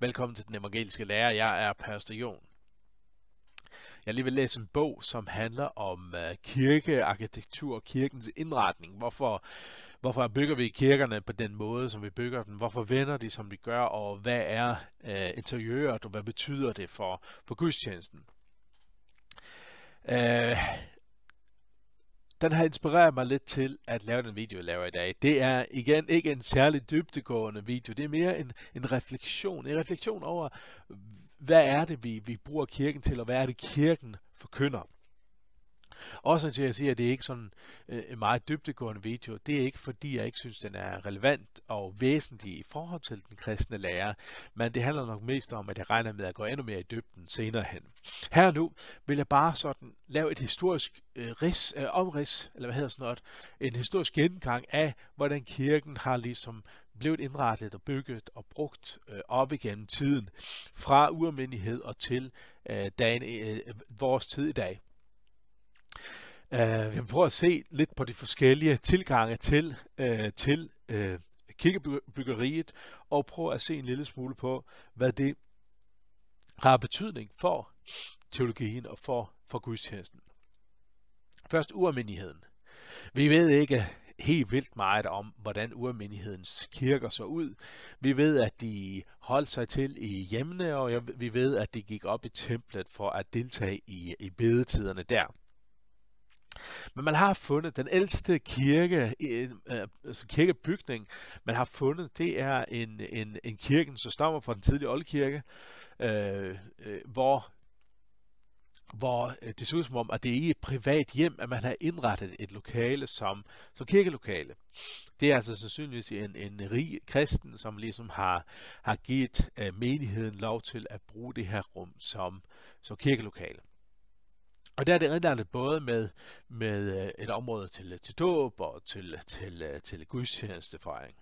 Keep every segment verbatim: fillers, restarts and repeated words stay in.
Velkommen til Den Evangeliske Lærer. Jeg er Pastor Jon. Jeg lige vil læse en bog, som handler om uh, kirkearkitektur og kirkens indretning. Hvorfor, hvorfor bygger vi kirkerne på den måde, som vi bygger den? Hvorfor vender de, som de gør? Og hvad er uh, interiøret, og hvad betyder det for, for gudstjenesten? Uh, Den har inspireret mig lidt til at lave den video, jeg laver i dag. Det er igen ikke en særlig dybdegående video. Det er mere en, en refleksion. En refleksion over, hvad er det, vi, vi bruger kirken til, og hvad er det, kirken forkynder. Også til at sige, at det er ikke sådan øh, en meget dybdegående video. Det er ikke fordi, jeg ikke synes, den er relevant og væsentlig i forhold til den kristne lære. Men det handler nok mest om, at jeg regner med at gå endnu mere i dybden senere hen. Her nu vil jeg bare sådan lave et historisk øh, ris, øh, omrids, eller hvad hedder sådan noget, en historisk gennemgang af, hvordan kirken har ligesom blevet indrettet og bygget og brugt øh, op igennem tiden, fra ualmindelighed og til øh, dagen, øh, vores tid i dag. Uh, vi vil prøve at se lidt på de forskellige tilgange til, uh, til uh, kirkebyggeriet, og prøve at se en lille smule på, hvad det har betydning for teologien og for, for gudstjenesten. Først ualmindeligheden. Vi ved ikke helt vildt meget om, hvordan ualmindelighedens kirker så ud. Vi ved, at de holdt sig til i hjemmene, og vi ved, at de gik op i templet for at deltage i, i bedetiderne der. Men man har fundet den ældste kirke, altså kirkebygning, man har fundet, det er en, en, en kirke, som stammer fra den tidlige oldkirke, øh, øh, hvor, hvor det ser ud som om, at det er i et privat hjem, at man har indrettet et lokale som, som kirkelokale. Det er altså sandsynligvis en, en rig kristen, som ligesom har, har givet øh, menigheden lov til at bruge det her rum som, som kirkelokale. Og der er det indrettet både med, med et område til, til dåb og til, til, til gudstjenestefejring.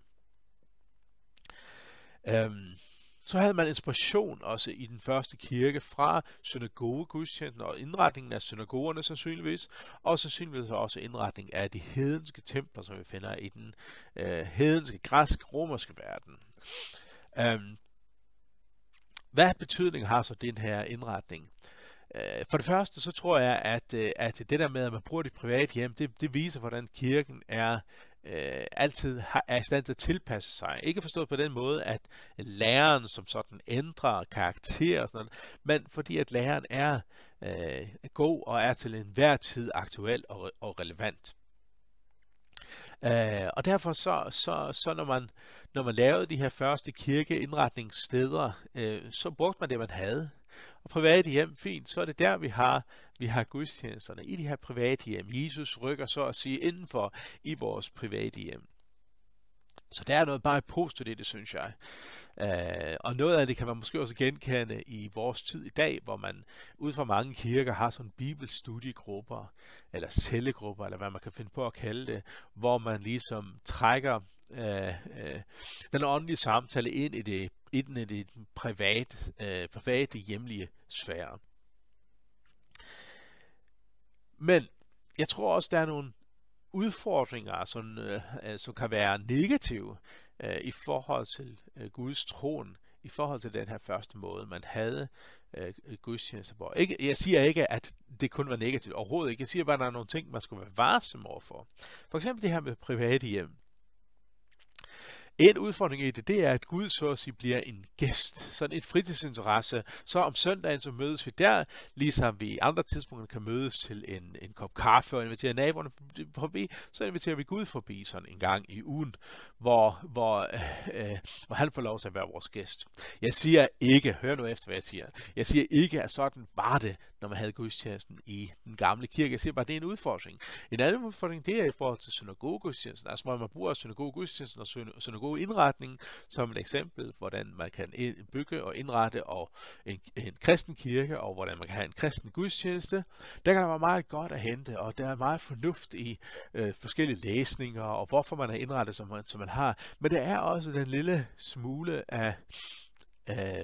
Øhm, så havde man inspiration også i den første kirke fra synagogegudstjenesten og indretningen af synagogerne sandsynligvis, og sandsynligvis også indretning af de hedenske templer, som vi finder i den øh, hedenske, græsk-romerske verden. Øhm, hvad betydning har så den her indretning? For det første, så tror jeg, at, at det der med, at man bruger det private hjem, det, det viser, hvordan kirken er øh, altid har, er i stand til at tilpasse sig. Ikke forstået på den måde, at læreren som sådan ændrer karakter og sådan noget, men fordi at læreren er øh, god og er til enhver tid aktuel og, og relevant. Uh, og derfor så, så, så når, man, når man lavede de her første kirkeindretningssteder, uh, så brugte man det, man havde. Og private hjem, fint, så er det der, vi har, vi har gudstjenesterne i de her private hjem. Jesus rykker så at sige indenfor i vores private hjem. Så der er noget bare positivt i det, synes jeg. Uh, og noget af det kan man måske også genkende i vores tid i dag, hvor man ud fra mange kirker har sådan bibelstudiegrupper, eller cellegrupper, eller hvad man kan finde på at kalde det, hvor man ligesom trækker uh, uh, den åndelige samtale ind i det, ind i det private, uh, private hjemlige sfære. Men jeg tror også, der er nogle udfordringer, som, øh, som kan være negative øh, i forhold til øh, Guds tron, i forhold til den her første måde, man havde øh, gudstjenester på. Ikke, jeg siger ikke, at det kun var negativt, overhovedet ikke. Jeg siger bare, at der er nogle ting, man skulle være varsom overfor. For eksempel det her med private hjem. En udfordring i det, det er, at Gud så at sige bliver en gæst, sådan et fritidsinteresse. Så om søndagen så mødes vi der, ligesom vi i andre tidspunkter kan mødes til en, en kop kaffe og invitere naboerne forbi, så inviterer vi Gud forbi sådan en gang i ugen, hvor, hvor, øh, hvor han får lov til at være vores gæst. Jeg siger ikke, hør nu efter hvad jeg siger, jeg siger ikke, at sådan var det, når man havde gudstjenesten i den gamle kirke. Jeg siger bare, at det er en udfordring. En anden udfordring, det er i forhold til synagogegudstjenesten, altså hvor man bruger synagogegudstjenesten og synagoge indretning som et eksempel, hvordan man kan bygge og indrette og en, en kristen kirke, og hvordan man kan have en kristen gudstjeneste. Der kan der være meget godt at hente, og der er meget fornuft i øh, forskellige læsninger, og hvorfor man har indrettet, som man, som man har. Men der er også den lille smule af, af,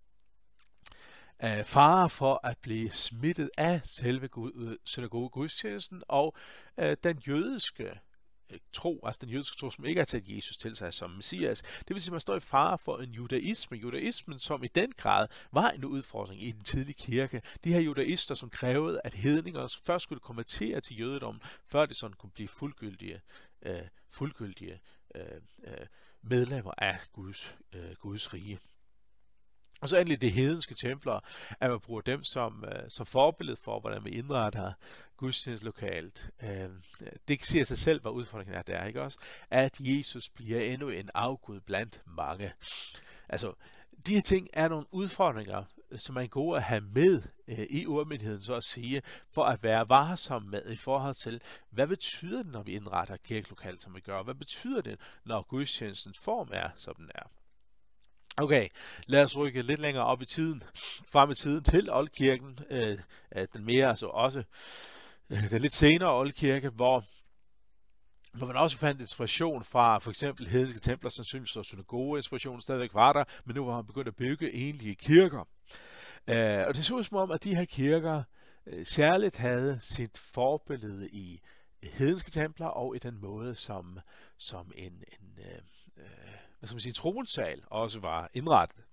af fare for at blive smittet af selve synagogegudstjenesten og øh, den jødiske tro, altså den jødiske tro, som ikke har taget Jesus til sig som messias. Det vil sige, at man står i fare for en judaisme. Judaismen, som i den grad var en udfordring i den tidlige kirke. De her judaister, som krævede, at hedninger først skulle konvertere til jødedommen, før de sådan kunne blive fuldgyldige, øh, fuldgyldige øh, øh, medlemmer af Guds, øh, Guds rige. Og så endelig det hedenske templer, at man bruger dem som, øh, som forbillede for, hvordan vi indretter gudstjeneste lokalt. Øh, det siger sig selv, hvad udfordringen er der, ikke også? At Jesus bliver endnu en afgud blandt mange. Altså, de her ting er nogle udfordringer, som er gode at have med øh, i urmenigheden, så at sige, for at være varsom med i forhold til, hvad betyder det, når vi indretter kirkelokalt, som vi gør? Hvad betyder det, når gudstjenestens form er, som den er? Okay, lad os rykke lidt længere op i tiden, frem i tiden til oldkirken, øh, den mere, altså også øh, den lidt senere oldkirke, hvor, hvor man også fandt inspiration fra for eksempel hedenske templer, sandsynligvis og synagoge-inspiration stadigvæk var der, men nu var man begyndt at bygge egentlige kirker. Øh, og det så ud som om, at de her kirker øh, særligt havde sit forbillede i hedenske templer og i den måde, som, som en, en øh, øh, hvad skal man sige, tronsal også var indrettet.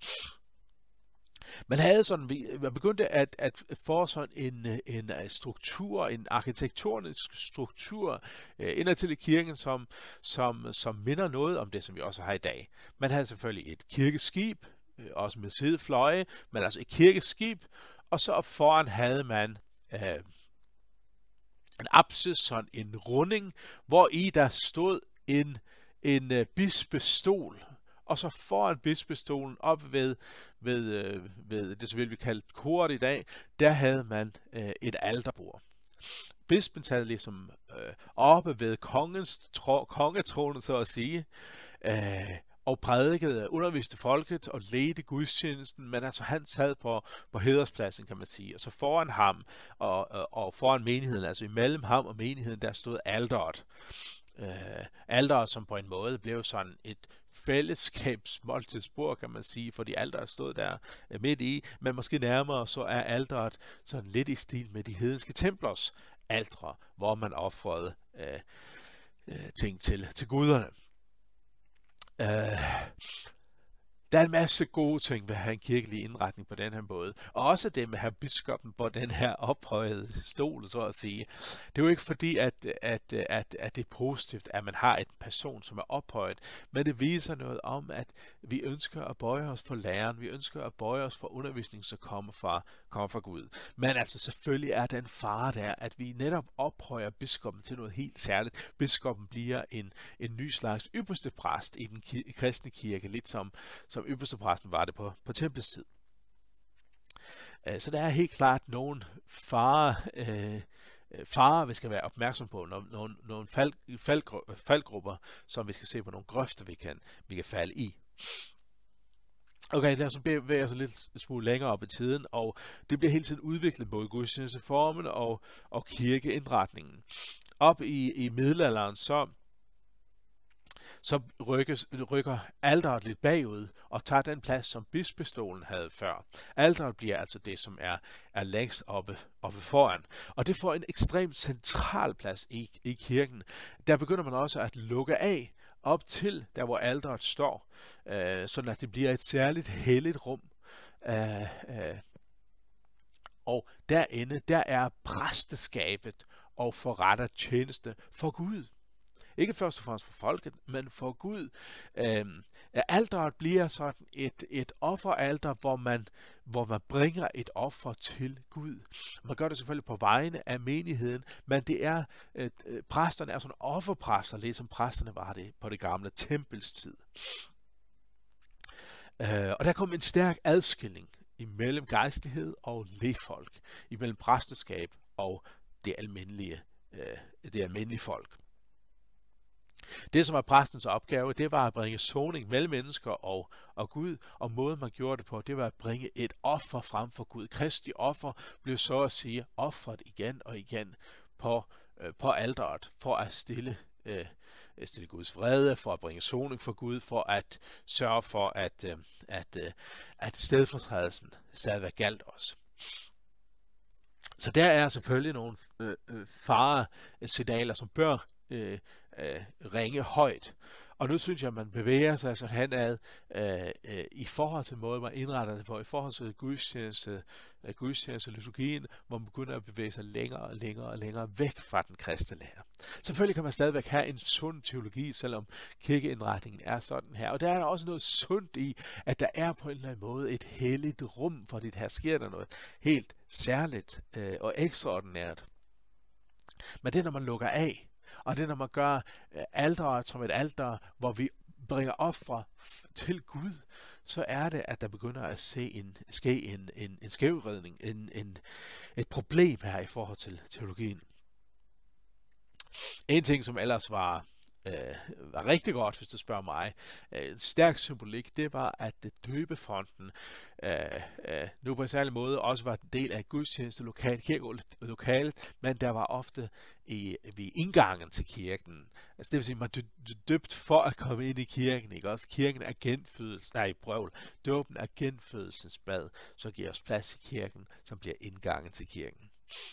Man havde sådan, man begyndte at, at få sådan en, en struktur, en arkitektonisk struktur øh, indadtil i kirken, som, som, som minder noget om det, som vi også har i dag. Man havde selvfølgelig et kirkeskib, øh, også med sidefløje, men altså et kirkeskib, og så foran havde man øh, en apsis, sådan en runding, hvor i der stod en, en uh, bispestol, og så foran bispestolen op ved, ved, uh, ved det, som vi kalde koret i dag, der havde man uh, et alterbord. Bispen sad ligesom uh, oppe ved kongens tro, kongetronen, så at sige, uh, og prædikede, underviste folket og ledte gudstjenesten, men altså han sad på, på hæderspladsen, kan man sige, og så foran ham og, og, og foran menigheden, altså imellem ham og menigheden, der stod alteret. Uh, alteret, som på en måde blev sådan et fællesskabsmåltidsbord, kan man sige, fordi alteret stod der uh, midt i, men måske nærmere så er alteret sådan lidt i stil med de hedenske templers altre, hvor man ofrede uh, uh, ting til, til guderne. Uh, der er en masse gode ting ved at have en kirkelig indretning på den her måde. Og også det med at have biskoppen på den her ophøjede stol, så at sige. Det er jo ikke fordi, at, at, at, at det er positivt, at man har en person, som er ophøjet. Men det viser noget om, at vi ønsker at bøje os for læren. Vi ønsker at bøje os for undervisning, som kommer fra, kommer fra Gud. Men altså selvfølgelig er den fare der, at vi netop ophøjer biskoppen til noget helt særligt. Biskoppen bliver en, en ny slags ypperste præst i den ki- kristne kirke, lidt som, som ypperstepræsten var det på, på templets tid. Så der er helt klart nogle farer, øh, farer, vi skal være opmærksom på, nogle, nogle, nogle fald, fald, faldgrupper, som vi skal se på, nogle grøfter, vi kan, vi kan falde i. Okay, lad os bevæge os lidt smule længere op i tiden, og det bliver hele tiden udviklet både gudstjenesteformen og, og kirkeindretningen. Op i, i middelalderen, så så rykkes, rykker alteret lidt bagud og tager den plads, som bispestolen havde før. Alteret bliver altså det, som er, er længst oppe, oppe foran. Og det får en ekstremt central plads i, i kirken. Der begynder man også at lukke af op til der, hvor alteret står, øh, sådan at det bliver et særligt helligt rum. Øh, øh. Og derinde, der er præsteskabet og forretter tjeneste for Gud. Ikke først og fremmest for folket, men for Gud. Øhm, alteret bliver sådan et, et offeralter, hvor man, hvor man bringer et offer til Gud. Man gør det selvfølgelig på vegne af menigheden, men det er, øh, præsterne er sådan offerpræster, lidt som præsterne var det på det gamle tempels tid. Øh, og der kom en stærk adskilling imellem gejstlighed og lægfolk, imellem præsteskab og det almindelige, øh, det almindelige folk. Det, som var præstens opgave, det var at bringe soning mellem mennesker og, og Gud, og måden man gjorde det på, det var at bringe et offer frem for Gud. Kristi offer blev så at sige offret igen og igen på, øh, på alteret, for at stille, øh, stille Guds vrede, for at bringe soning for Gud, for at sørge for, at, øh, at, øh, at stedfortrædelsen stadigvæk galt os. Så der er selvfølgelig nogle øh, faresignaler, som bør øh, øh, ringe højt. Og nu synes jeg, at man bevæger sig sådan henad øh, øh, i forhold til måden, man indretter det på, i forhold til gudstjeneste, øh, gudstjeneste liturgien, hvor man begynder at bevæge sig længere og længere og længere væk fra den kristne lære. Selvfølgelig kan man stadigvæk have en sund teologi, selvom kirkeindretningen er sådan her. Og der er der også noget sundt i, at der er på en eller anden måde et helligt rum, fordi her sker der noget helt særligt øh, og ekstraordinært. Men det er, når man lukker af, og det er, når man gør øh, alteret som et alter, hvor vi bringer ofre til Gud, så er det, at der begynder at se en, ske en, en, en skævredning, en, en, et problem her i forhold til teologien. En ting, som ellers var, øh, var rigtig godt, hvis du spørger mig, øh, en stærk symbolik, det var, at det døbefonden øh, øh, nu på en særlig måde også var en del af gudstjeneste lokalt, kirkelokalet, men der var ofte i, ved indgangen til kirken. Altså det vil sige, man er døbt for at komme ind i kirken, ikke også? Kirken er genfødelsen, nej, brøvl, dåben er genfødelsens bad, så giver os plads i kirken, som bliver indgangen til kirken.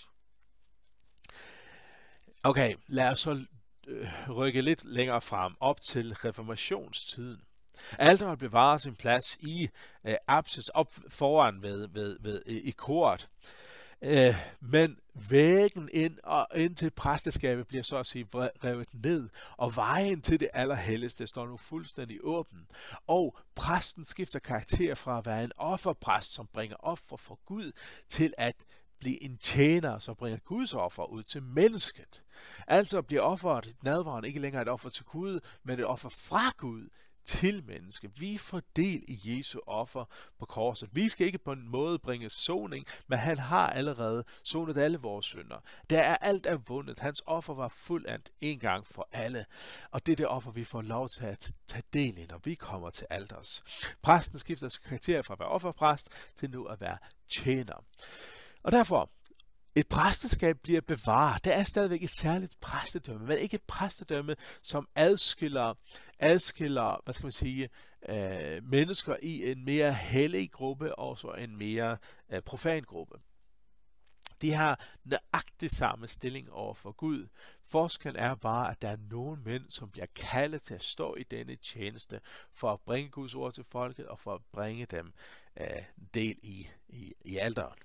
Okay, lad os så øh, rykke lidt længere frem, op til reformationstiden. Alteret bevarer sin plads i øh, apsis op foran ved, ved, ved, i koret. Øh, men væggen ind og ind til præsteskabet bliver så at sige revet ned, og vejen til det allerhelligste står nu fuldstændig åben. Og præsten skifter karakter fra at være en offerpræst, som bringer offer for Gud, til at blive en tjener, som bringer Guds offer ud til mennesket. Altså bliver offeret, nadveren, ikke længere et offer til Gud, men et offer fra Gud til mennesket. Vi får del i Jesu offer på korset. Vi skal ikke på en måde bringe soning, men han har allerede sonet alle vores synder. Der er alt er vundet. Hans offer var fuldendt en gang for alle. Og det er det offer, vi får lov til at tage del i, når vi kommer til alters. Præsten skifter karakter fra at være offerpræst til nu at være tjener. Og derfor, et præsteskab bliver bevaret. Det er stadigvæk et særligt præstedømme, men ikke et præstedømme, som adskiller, adskiller hvad skal man sige, øh, mennesker i en mere hellig gruppe og så en mere øh, profan gruppe. De har nøjagtigt samme stilling over for Gud. Forskellen er bare, at der er nogle mænd, som bliver kaldet til at stå i denne tjeneste for at bringe Guds ord til folket og for at bringe dem øh, del i, i, i alteret.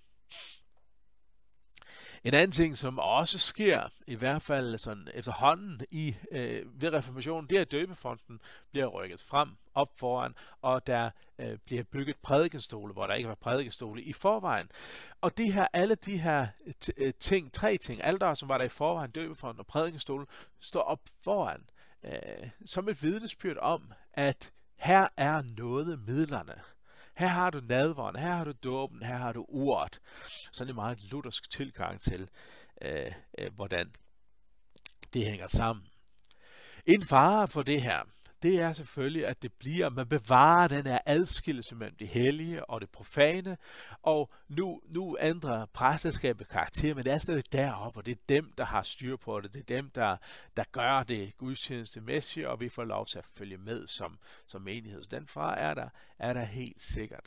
En anden ting, som også sker, i hvert fald sådan efterhånden i, øh, ved reformationen, det er, at døbefonden bliver rykket frem, op foran, og der øh, bliver bygget prædikenstole, hvor der ikke var prædikenstole i forvejen. Og de her, alle de her ting, tre ting, alteret, som var der i forvejen, døbefonden og prædikenstole, står op foran, øh, som et vidnesbyrd om, at her er noget midlerne. Her har du nadveren, her har du dåben, her har du ordet. Sådan en meget luthersk tilgang til, øh, øh, hvordan det hænger sammen. En fare for det her, det er selvfølgelig, at det bliver, at man bevarer den her adskillelse mellem det hellige og det profane, og nu, nu ændrer præsteskabet karakter, men det er stadig deroppe, og det er dem, der har styr på det, det er dem, der, der gør det gudstjenestemæssigt, og vi får lov til at følge med som, som menighed. Så den fare er der, er der helt sikkert.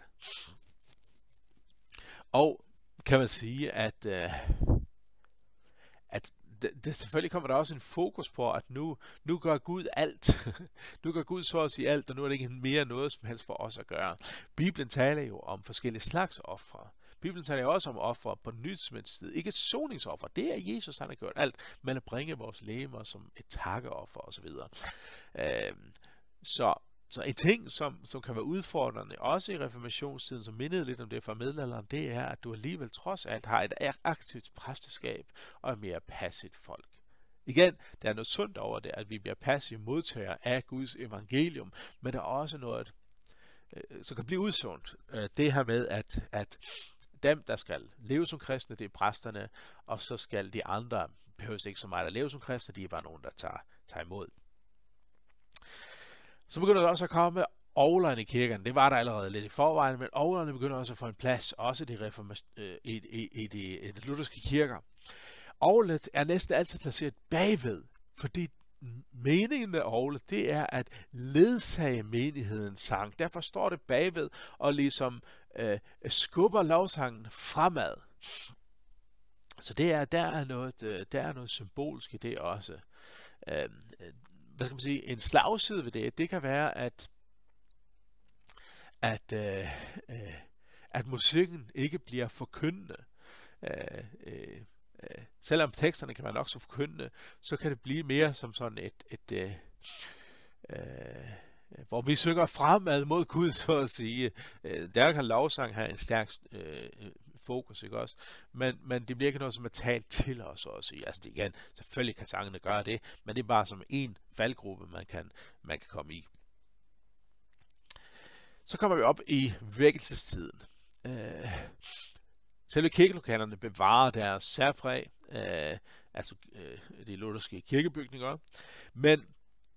Og kan man sige, at, øh, at Det, det, selvfølgelig kommer der også en fokus på, at nu, nu gør Gud alt. Nu gør Gud så at sige alt, og nu er det ikke mere noget som helst for os at gøre. Bibelen taler jo om forskellige slags ofre. Bibelen taler jo også om ofre på nytelsesmænds tid. Ikke soningsoffer, det er Jesus, han har gjort alt, men at bringe vores legemer som et takkeoffer osv. Øhm, så Så en ting, som, som kan være udfordrende, også i reformationstiden, som mindede lidt om det fra middelalderen, det er, at du alligevel trods alt har et aktivt præsteskab og er mere passivt folk. Igen, der er noget sundt over det, at vi bliver passive modtagere af Guds evangelium, men der er også noget, øh, som kan blive udsundt. Øh, det her med, at, at dem, der skal leve som kristne, det er præsterne, og så skal de andre, behøves ikke så meget at leve som kristne, de er bare nogen, der tager, tager imod. Så begynder der også at komme orglerne i kirken. Det var der allerede lidt i forvejen, men orglerne begynder også at få en plads, også i de, øh, i, i, i de, i de lutherske kirker. Orglet er næsten altid placeret bagved, fordi meningen med orglet, det er at ledsage menighedens sang. Derfor står det bagved og ligesom øh, skubber lovsangen fremad. Så det er, der, er noget, der er noget symbolsk i det også. øh, hvad skal man sige, en slagside ved det, det kan være, at at, øh, øh, at musikken ikke bliver forkyndende. Øh, øh, øh, selvom teksterne kan være nok så forkyndende, så kan det blive mere som sådan et, et øh, øh, hvor vi synger fremad mod Gud, så at sige. Øh, der kan lovsang have en stærk øh, fokus, ikke også? Men, men det bliver ikke noget, som er talt til os, så at sige. Altså det, igen, selvfølgelig kan sangene gøre det, men det er bare som en faldgruppe, man kan, man kan komme i. Så kommer vi op i vækkelsestiden. Øh, selve kirkelokalerne bevarer deres særpræg, øh, altså øh, de lutherske kirkebygninger, men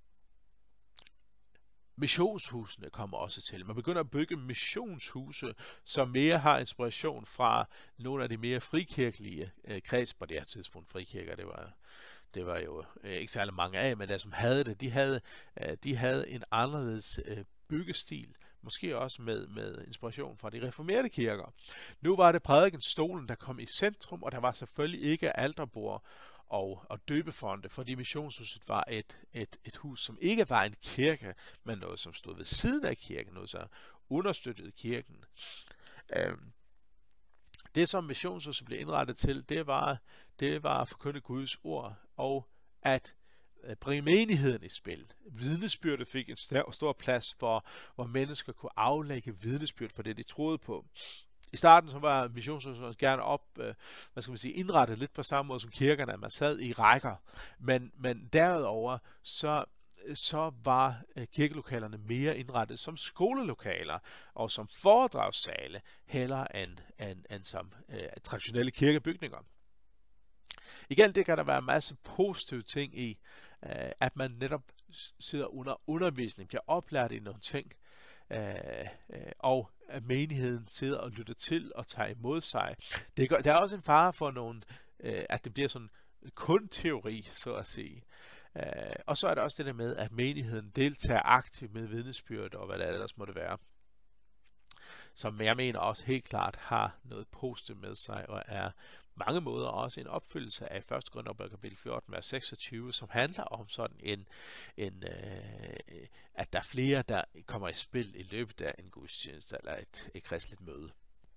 missionshusene kommer også til. Man begynder at bygge missionshuse, som mere har inspiration fra nogle af de mere frikirkelige øh, kreds på det her tidspunkt. Frikirker, det var, det var jo øh, ikke særlig mange af, men der som havde det, de havde, øh, de havde en anderledes øh, byggestil, måske også med, med inspiration fra de reformerede kirker. Nu var det prædikenstolen, der kom i centrum, og der var selvfølgelig ikke alterbord og, og døbefonte, fordi missionshuset var et, et, et hus, som ikke var en kirke, men noget, som stod ved siden af kirken, noget, som understøttede kirken. Øhm, det, som missionshuset blev indrettet til, det var, det var at forkynde Guds ord, og at bringe menigheden i spil. Vidnesbyrdet fik en stor plads, hvor, hvor mennesker kunne aflægge vidnesbyrd for det, de troede på. I starten så var missionshuset gerne op, øh, hvad skal man sige, indrettet lidt på samme måde som kirkerne, at man sad i rækker. Men, men derudover så, så var øh, kirkelokalerne mere indrettet som skolelokaler og som foredragssale, hellere end, end, end som øh, traditionelle kirkebygninger. Igen, det kan der være en masse positive ting i, øh, at man netop sidder under undervisning, bliver oplært i nogle ting, øh, øh, og at menigheden sidder og lytter til og tager imod sig. Det gør, der er også en fare for nogle, øh, at det bliver sådan kun teori, så at sige. Øh, og så er der også det der med, at menigheden deltager aktivt med vidnesbyrd og hvad der ellers måtte være, som jeg mener også helt klart har noget positivt med sig, og er mange måder også en opfyldelse af første Korintherbrev kapitel fjorten, vers seksogtyve, som handler om sådan en, en øh, at der er flere, der kommer i spil i løbet af en gudstjeneste eller et, et kristeligt møde.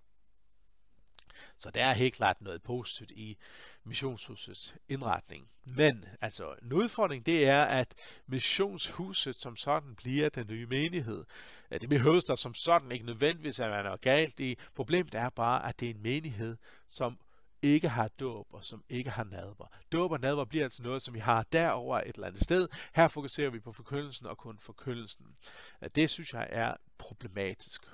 Så der er helt klart noget positivt i missionshusets indretning. Men altså, en udfordring, det er, at missionshuset som sådan bliver den nye menighed. Det behøves der som sådan ikke nødvendigvis at være noget galt i. Problemet er bare, at det er en menighed, som ikke har dåb og som ikke har nadver. Dåb og nadver bliver altså noget, som vi har derover et eller andet sted. Her fokuserer vi på forkyndelsen og kun forkyndelsen. Det synes jeg er problematisk.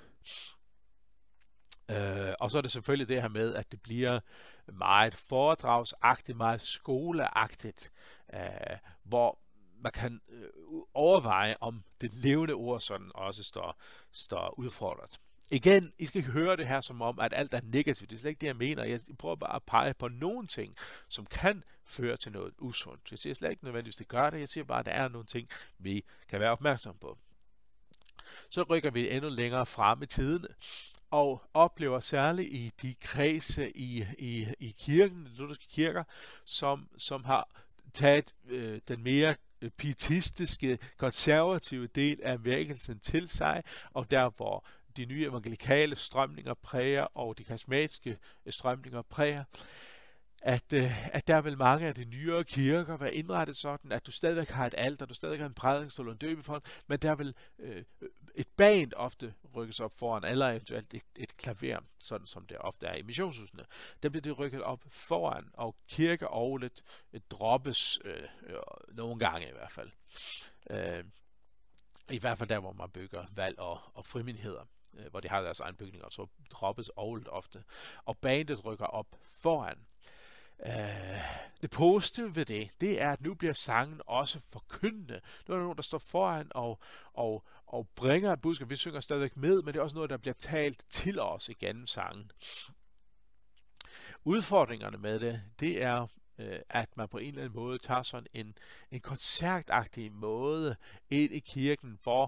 Uh, og så er det selvfølgelig det her med, at det bliver meget foredragsagtigt, meget skoleagtigt, uh, hvor man kan uh, overveje, om det levende ord sådan også står, står udfordret. Igen, I skal høre det her som om, at alt er negativt. Det er slet ikke det, jeg mener. Jeg prøver bare at pege på nogle ting, som kan føre til noget usundt. Jeg siger slet ikke nødvendigvis, det gør det. Jeg siger bare, at der er nogle ting, vi kan være opmærksomme på. Så rykker vi endnu længere frem i tiden, og oplever særligt i de kredse i, i, i kirken, de lutherske kirker, som, som har taget øh, den mere pietistiske, konservative del af vækkelsen til sig, og der hvor de nye evangelikale strømninger præger, og de karismatiske strømninger præger, at, øh, at der vil mange af de nyere kirker være indrettet sådan, at du stadigvæk har et alter, du stadigvæk har en prædikestol og en døbefond, men der vil øh, et band ofte rykkes op foran, eller eventuelt et, et klaver, sådan som det ofte er i missionshusene. Der bliver det rykket op foran, og kirkeorglet droppes øh, øh, nogle gange i hvert fald. Øh, I hvert fald der, hvor man bygger valg og, og frimenigheder, øh, hvor de har deres egen bygninger, så droppes orglet ofte, og bandet rykker op foran. Uh, det positive ved det, det er, at nu bliver sangen også forkyndende. Nu er der nogen, der står foran og, og, og bringer et budskab. Vi synger stadigvæk med, men det er også noget, der bliver talt til os igennem sangen. Udfordringerne med det, det er, uh, at man på en eller anden måde tager sådan en, en koncertagtig måde ind i kirken, hvor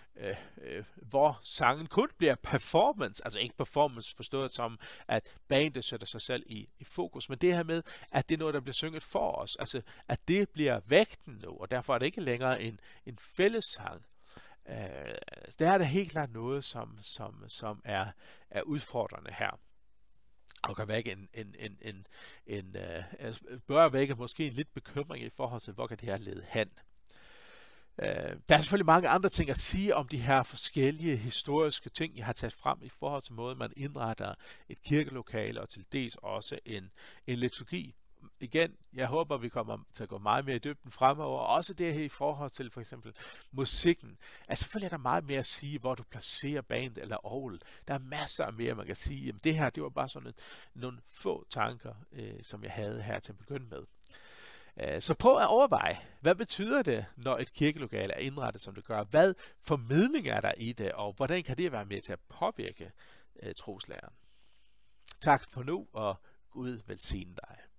øh, øh, hvor sangen kun bliver performance, altså ikke performance forstået som, at bandet sætter sig selv i, i fokus, men det her med, at det er noget, der bliver synget for os, altså at det bliver vægten nu, og derfor er det ikke længere en, en fællessang. Øh, det er da helt klart noget, som, som, som er, er udfordrende her. Og kan vække en, en, en, en, en uh, bør vække måske en lidt bekymring i forhold til, hvor kan det her lede hen. Uh, der er selvfølgelig mange andre ting at sige om de her forskellige historiske ting, jeg har taget frem i forhold til måden, man indretter et kirkelokale og til dels også en, en liturgi. Igen, jeg håber, vi kommer til at gå meget mere i dybden fremover. Også det her i forhold til for eksempel musikken. Altså selvfølgelig er der meget mere at sige, hvor du placerer band eller orgel. Der er masser af mere, man kan sige. Jamen, det her, det var bare sådan et, nogle få tanker, øh, som jeg havde her til at begynde med. Øh, så prøv at overveje, hvad betyder det, når et kirkelokale er indrettet, som det gør? Hvad formidling er der i det, og hvordan kan det være med til at påvirke øh, troslæren? Tak for nu, og Gud velsigne dig.